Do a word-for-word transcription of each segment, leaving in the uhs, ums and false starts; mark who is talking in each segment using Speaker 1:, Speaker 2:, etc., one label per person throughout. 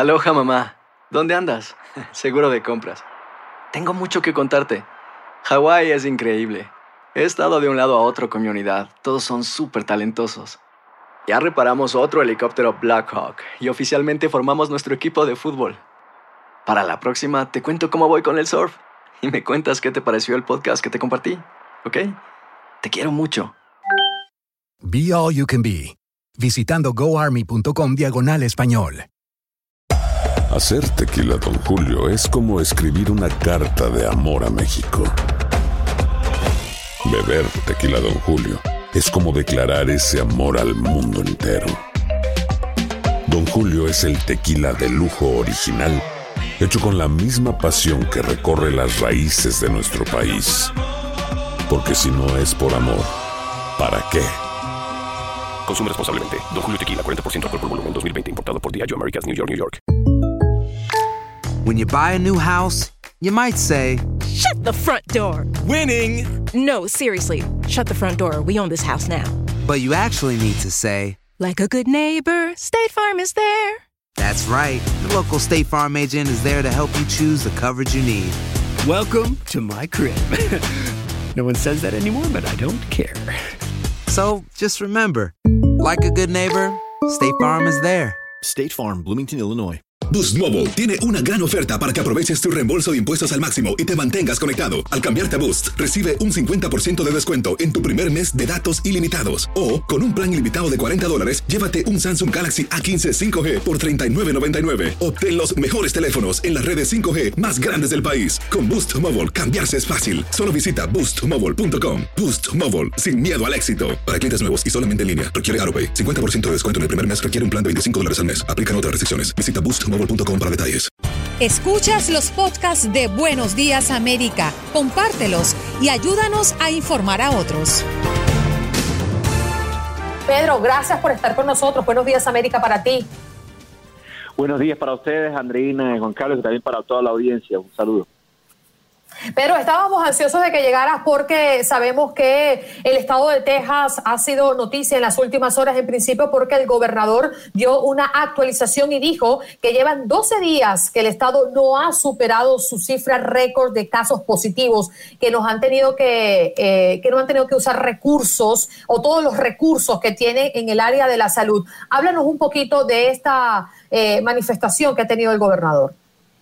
Speaker 1: Aloha, mamá. ¿Dónde andas? Seguro de compras. Tengo mucho que contarte. Hawái es increíble. He estado de un lado a otro con mi unidad. Todos son súper talentosos. Ya reparamos otro helicóptero Blackhawk y oficialmente formamos nuestro equipo de fútbol. Para la próxima te cuento cómo voy con el surf y me cuentas qué te pareció el podcast que te compartí, ¿ok? Te quiero mucho.
Speaker 2: Be All You Can Be, visitando goarmy.com diagonal español.
Speaker 3: Hacer tequila Don Julio es como escribir una carta de amor a México. Beber tequila Don Julio es como declarar ese amor al mundo entero. Don Julio es el tequila de lujo original, hecho con la misma pasión que recorre las raíces de nuestro país. Porque si no es por amor, ¿para qué?
Speaker 4: Consume responsablemente. Don Julio Tequila, cuarenta por ciento alcohol por volumen, dos mil veinte. Importado por Diageo Americas, New York, New York.
Speaker 5: When you buy a new house, you might say,
Speaker 6: "Shut the front door."
Speaker 5: Winning!
Speaker 6: No, seriously. Shut the front door. We own this house now.
Speaker 5: But you actually need to say,
Speaker 6: like a good neighbor, State Farm is there.
Speaker 5: That's right. The local State Farm agent is there to help you choose the coverage you need.
Speaker 7: Welcome to my crib. No one says that anymore, but I don't care.
Speaker 5: So, just remember, like a good neighbor, State Farm is there.
Speaker 8: State Farm, Bloomington, Illinois.
Speaker 9: Boost Mobile tiene una gran oferta para que aproveches tu reembolso de impuestos al máximo y te mantengas conectado. Al cambiarte a Boost, recibe un cincuenta por ciento de descuento en tu primer mes de datos ilimitados. O, con un plan ilimitado de cuarenta dólares, llévate un Samsung Galaxy A quince cinco G por treinta y nueve noventa y nueve. Obtén los mejores teléfonos en las redes cinco G más grandes del país. Con Boost Mobile, cambiarse es fácil. Solo visita boost mobile punto com. Boost Mobile, sin miedo al éxito. Para clientes nuevos y solamente en línea, requiere AutoPay. cincuenta por ciento de descuento en el primer mes, requiere un plan de veinticinco dólares al mes. Aplican otras restricciones. Visita boost mobile punto com para detalles.
Speaker 10: Escuchas los podcasts de Buenos Días América, compártelos y ayúdanos a informar a otros.
Speaker 11: Pedro, gracias por estar con nosotros. Buenos Días América para ti.
Speaker 12: Buenos días para ustedes, Andreina y Juan Carlos, y también para toda la audiencia. Un saludo.
Speaker 11: Pero estábamos ansiosos de que llegaras porque sabemos que el estado de Texas ha sido noticia en las últimas horas, en principio porque el gobernador dio una actualización y dijo que llevan doce días que el estado no ha superado su cifra récord de casos positivos, que nos han tenido que, eh, que no han tenido que usar recursos o todos los recursos que tiene en el área de la salud. Háblanos un poquito de esta eh, manifestación que ha tenido el gobernador.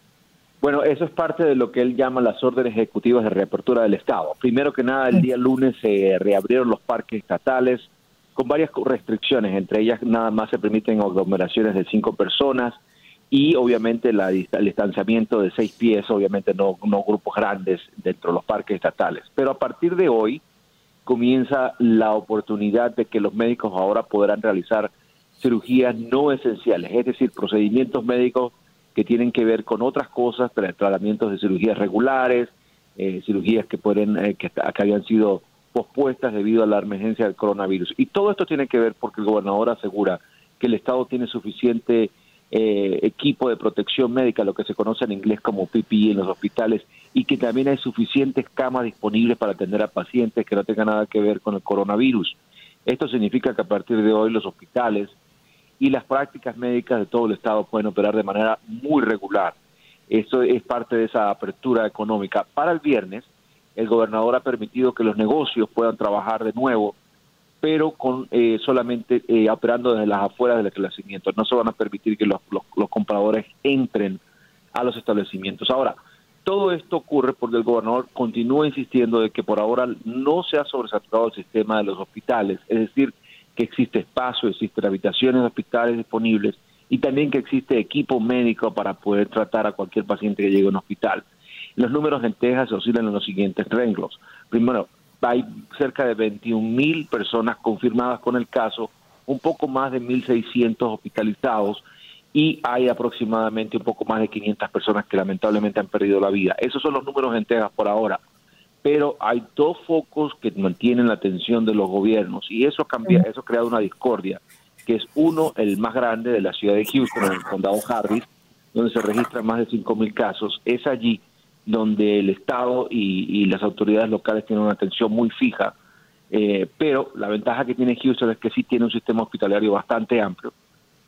Speaker 12: Bueno, eso es parte de lo que él llama las órdenes ejecutivas de reapertura del Estado. Primero que nada, el día lunes se reabrieron los parques estatales con varias restricciones, entre ellas nada más se permiten aglomeraciones de cinco personas y obviamente la, el distanciamiento de seis pies, obviamente no, no grupos grandes dentro de los parques estatales. Pero a partir de hoy comienza la oportunidad de que los médicos ahora podrán realizar cirugías no esenciales, es decir, procedimientos médicos que tienen que ver con otras cosas, tratamientos de cirugías regulares, eh, cirugías que pueden eh, que, que habían sido pospuestas debido a la emergencia del coronavirus. Y todo esto tiene que ver porque el gobernador asegura que el Estado tiene suficiente eh, equipo de protección médica, lo que se conoce en inglés como P P E en los hospitales, y que también hay suficientes camas disponibles para atender a pacientes que no tengan nada que ver con el coronavirus. Esto significa que a partir de hoy los hospitales y las prácticas médicas de todo el Estado pueden operar de manera muy regular. Eso es parte de esa apertura económica. Para el viernes, el gobernador ha permitido que los negocios puedan trabajar de nuevo, pero con eh, solamente eh, operando desde las afueras del establecimiento. No se van a permitir que los, los, los compradores entren a los establecimientos. Ahora, todo esto ocurre porque el gobernador continúa insistiendo de que por ahora no se ha sobresaturado el sistema de los hospitales, es decir, que existe espacio, existen habitaciones de hospitales disponibles y también que existe equipo médico para poder tratar a cualquier paciente que llegue a un hospital. Los números en Texas oscilan en los siguientes renglos. Primero, hay cerca de veintiún mil personas confirmadas con el caso, un poco más de mil seiscientos hospitalizados y hay aproximadamente un poco más de quinientas personas que lamentablemente han perdido la vida. Esos son los números en Texas por ahora. Pero hay dos focos que mantienen la atención de los gobiernos y eso cambia, eso ha creado una discordia, que es uno, el más grande de la ciudad de Houston, en el condado Harris, donde se registran más de cinco mil casos. Es allí donde el Estado y, y las autoridades locales tienen una atención muy fija, eh, pero la ventaja que tiene Houston es que sí tiene un sistema hospitalario bastante amplio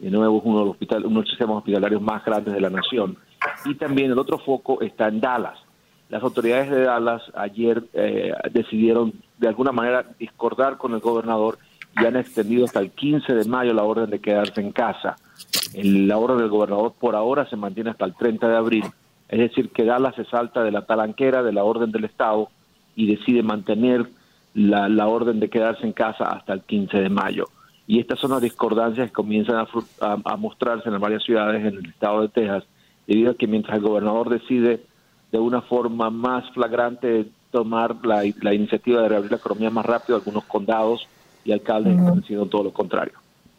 Speaker 12: De nuevo, es uno de los, hospital, uno de los sistemas hospitalarios más grandes de la nación. Y también el otro foco está en Dallas. Las autoridades de Dallas ayer eh, decidieron de alguna manera discordar con el gobernador y han extendido hasta el quince de mayo la orden de quedarse en casa. El, la orden del gobernador por ahora se mantiene hasta el treinta de abril. Es decir, que Dallas se salta de la talanquera de la orden del Estado y decide mantener la, la orden de quedarse en casa hasta el quince de mayo. Y estas son las discordancias que comienzan a, a, a mostrarse en varias ciudades en el estado de Texas, debido a que mientras el gobernador decide de una forma más flagrante tomar la, la iniciativa de reabrir la economía más rápido, algunos condados y alcaldes uh-huh. están haciendo todo lo contrario.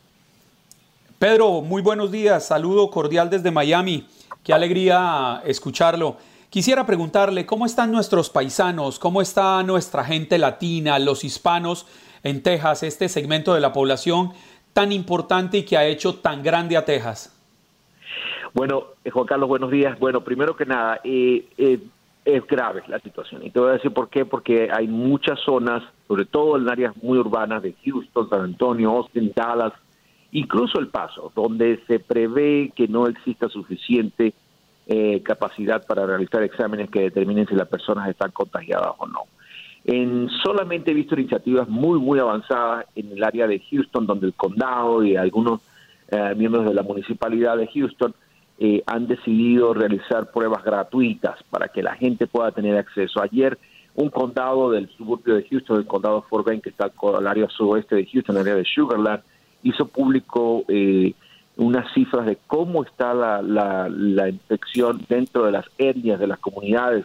Speaker 13: Pedro, muy buenos días, saludo cordial desde Miami, qué alegría escucharlo. Quisiera preguntarle, ¿cómo están nuestros paisanos? ¿Cómo está nuestra gente latina, los hispanos en Texas, este segmento de la población tan importante y que ha hecho tan grande a Texas?
Speaker 12: Bueno, Juan Carlos, buenos días. Bueno, primero que nada, eh, eh, es grave la situación. Y te voy a decir por qué, porque hay muchas zonas, sobre todo en áreas muy urbanas de Houston, San Antonio, Austin, Dallas, incluso El Paso, donde se prevé que no exista suficiente eh, capacidad para realizar exámenes que determinen si las personas están contagiadas o no. En, solamente he visto iniciativas muy, muy avanzadas en el área de Houston, donde el condado y algunos eh, miembros de la municipalidad de Houston eh, han decidido realizar pruebas gratuitas para que la gente pueda tener acceso. Ayer, un condado del suburbio de Houston, el condado de Fort Bend, que está al área suroeste de Houston, el área de Sugarland, hizo público eh, unas cifras de cómo está la, la, la infección dentro de las etnias de las comunidades,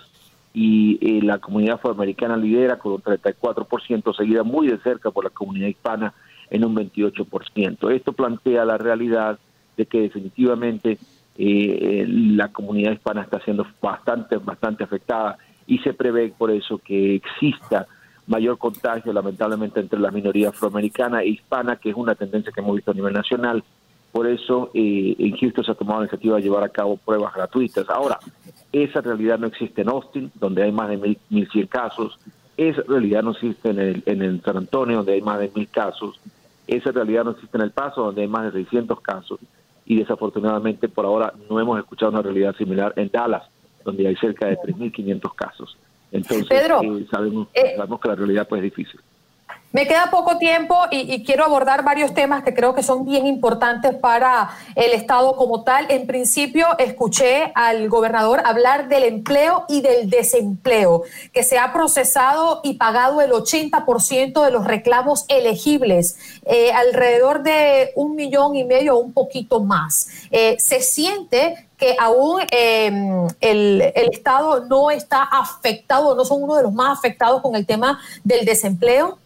Speaker 12: y eh, la comunidad afroamericana lidera con un treinta y cuatro por ciento, seguida muy de cerca por la comunidad hispana en un veintiocho por ciento. Esto plantea la realidad de que definitivamente eh, la comunidad hispana está siendo bastante, bastante afectada, y se prevé por eso que exista mayor contagio, lamentablemente, entre la minoría afroamericana e hispana, que es una tendencia que hemos visto a nivel nacional. Por eso eh, en Houston se ha tomado la iniciativa de llevar a cabo pruebas gratuitas. Ahora, esa realidad no existe en Austin, donde hay más de mil cien casos. Esa realidad no existe en el, en el San Antonio, donde hay más de mil casos. Esa realidad no existe en El Paso, donde hay más de seiscientos casos. Y desafortunadamente, por ahora, no hemos escuchado una realidad similar en Dallas, donde hay cerca de tres mil quinientos casos. Entonces,
Speaker 11: Pedro,
Speaker 12: eh, sabemos,
Speaker 11: eh,
Speaker 12: sabemos que la realidad pues, es difícil.
Speaker 11: Me queda poco tiempo y, y quiero abordar varios temas que creo que son bien importantes para el Estado como tal. En principio, escuché al gobernador hablar del empleo y del desempleo, que se ha procesado y pagado el ochenta por ciento de los reclamos elegibles, eh, alrededor de un millón y medio o un poquito más. Eh, se siente que aún eh, el, el Estado no está afectado, no son uno de los más afectados con el tema del desempleo.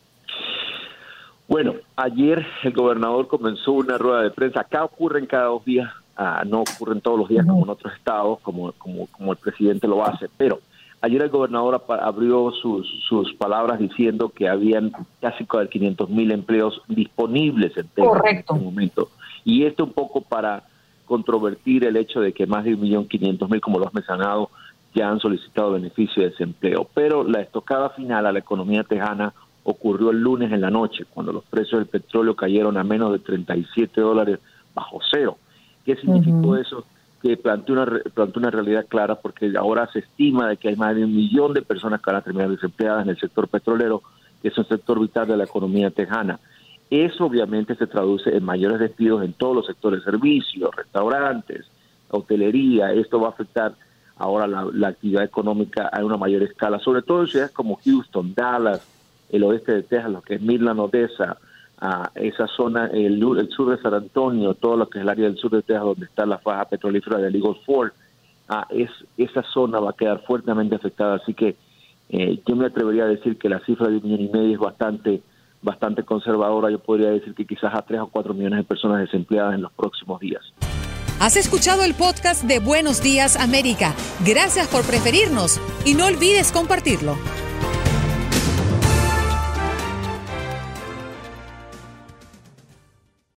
Speaker 12: Bueno, ayer el gobernador comenzó una rueda de prensa. Acá ocurren cada dos días, uh, no ocurren todos los días como en otros estados, como, como, como el presidente lo hace, pero ayer el gobernador abrió sus, sus palabras diciendo que habían casi quinientos mil empleos disponibles en Texas en este momento. Y esto un poco para controvertir el hecho de que más de un millón quinientos mil, como lo has mencionado, ya han solicitado beneficio de desempleo. Pero la estocada final a la economía tejana ocurrió el lunes en la noche, cuando los precios del petróleo cayeron a menos de treinta y siete dólares bajo cero. ¿Qué significó uh-huh. eso? Que planteó una, planteó una realidad clara, porque ahora se estima de que hay más de un millón de personas que van a terminar desempleadas en el sector petrolero, que es un sector vital de la economía tejana. Eso obviamente se traduce en mayores despidos en todos los sectores, servicios, restaurantes, hotelería. Esto va a afectar ahora la, la actividad económica a una mayor escala, sobre todo en ciudades como Houston, Dallas, el oeste de Texas, lo que es Midland, Odessa, uh, esa zona, el, el sur de San Antonio, todo lo que es el área del sur de Texas, donde está la faja petrolífera de Eagle Ford, uh, es, esa zona va a quedar fuertemente afectada. Así que eh, yo me atrevería a decir que la cifra de un millón y medio es bastante, bastante conservadora. Yo podría decir que quizás a tres o cuatro millones de personas desempleadas en los próximos días.
Speaker 10: Has escuchado el podcast de Buenos Días América. Gracias por preferirnos y no olvides compartirlo.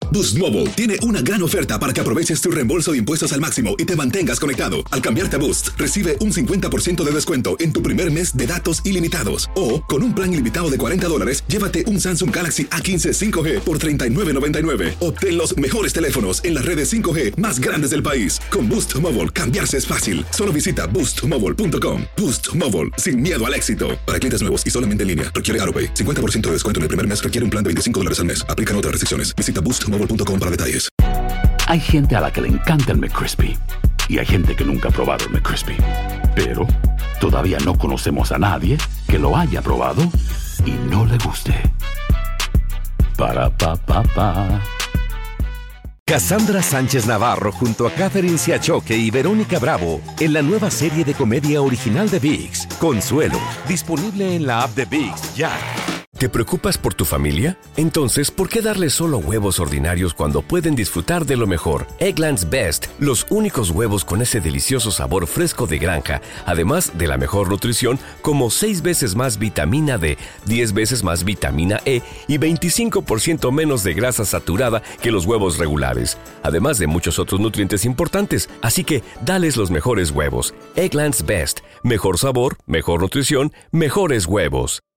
Speaker 9: Boost Mobile tiene una gran oferta para que aproveches tu reembolso de impuestos al máximo y te mantengas conectado. Al cambiarte a Boost, recibe un cincuenta por ciento de descuento en tu primer mes de datos ilimitados. O, con un plan ilimitado de cuarenta dólares, llévate un Samsung Galaxy A quince cinco G por treinta y nueve noventa y nueve. Obtén los mejores teléfonos en las redes cinco G más grandes del país. Con Boost Mobile, cambiarse es fácil. Solo visita boost mobile punto com. Boost Mobile, sin miedo al éxito. Para clientes nuevos y solamente en línea, requiere AutoPay. cincuenta por ciento de descuento en el primer mes requiere un plan de veinticinco dólares al mes. Aplican otras restricciones. Visita boost mobile punto com para detalles.
Speaker 14: Hay gente a la que le encanta el McCrispy y hay gente que nunca ha probado el McCrispy. Pero todavía no conocemos a nadie que lo haya probado y no le guste. Para pa pa pa.
Speaker 15: Cassandra Sánchez Navarro junto a Catherine Siachoque y Verónica Bravo en la nueva serie de comedia original de ViX, Consuelo, disponible en la app de ViX ya.
Speaker 16: ¿Te preocupas por tu familia? Entonces, ¿por qué darles solo huevos ordinarios cuando pueden disfrutar de lo mejor? Eggland's Best, los únicos huevos con ese delicioso sabor fresco de granja, además de la mejor nutrición, como seis veces más vitamina D, diez veces más vitamina E y veinticinco por ciento menos de grasa saturada que los huevos regulares, además de muchos otros nutrientes importantes. Así que, dales los mejores huevos. Eggland's Best, mejor sabor, mejor nutrición, mejores huevos.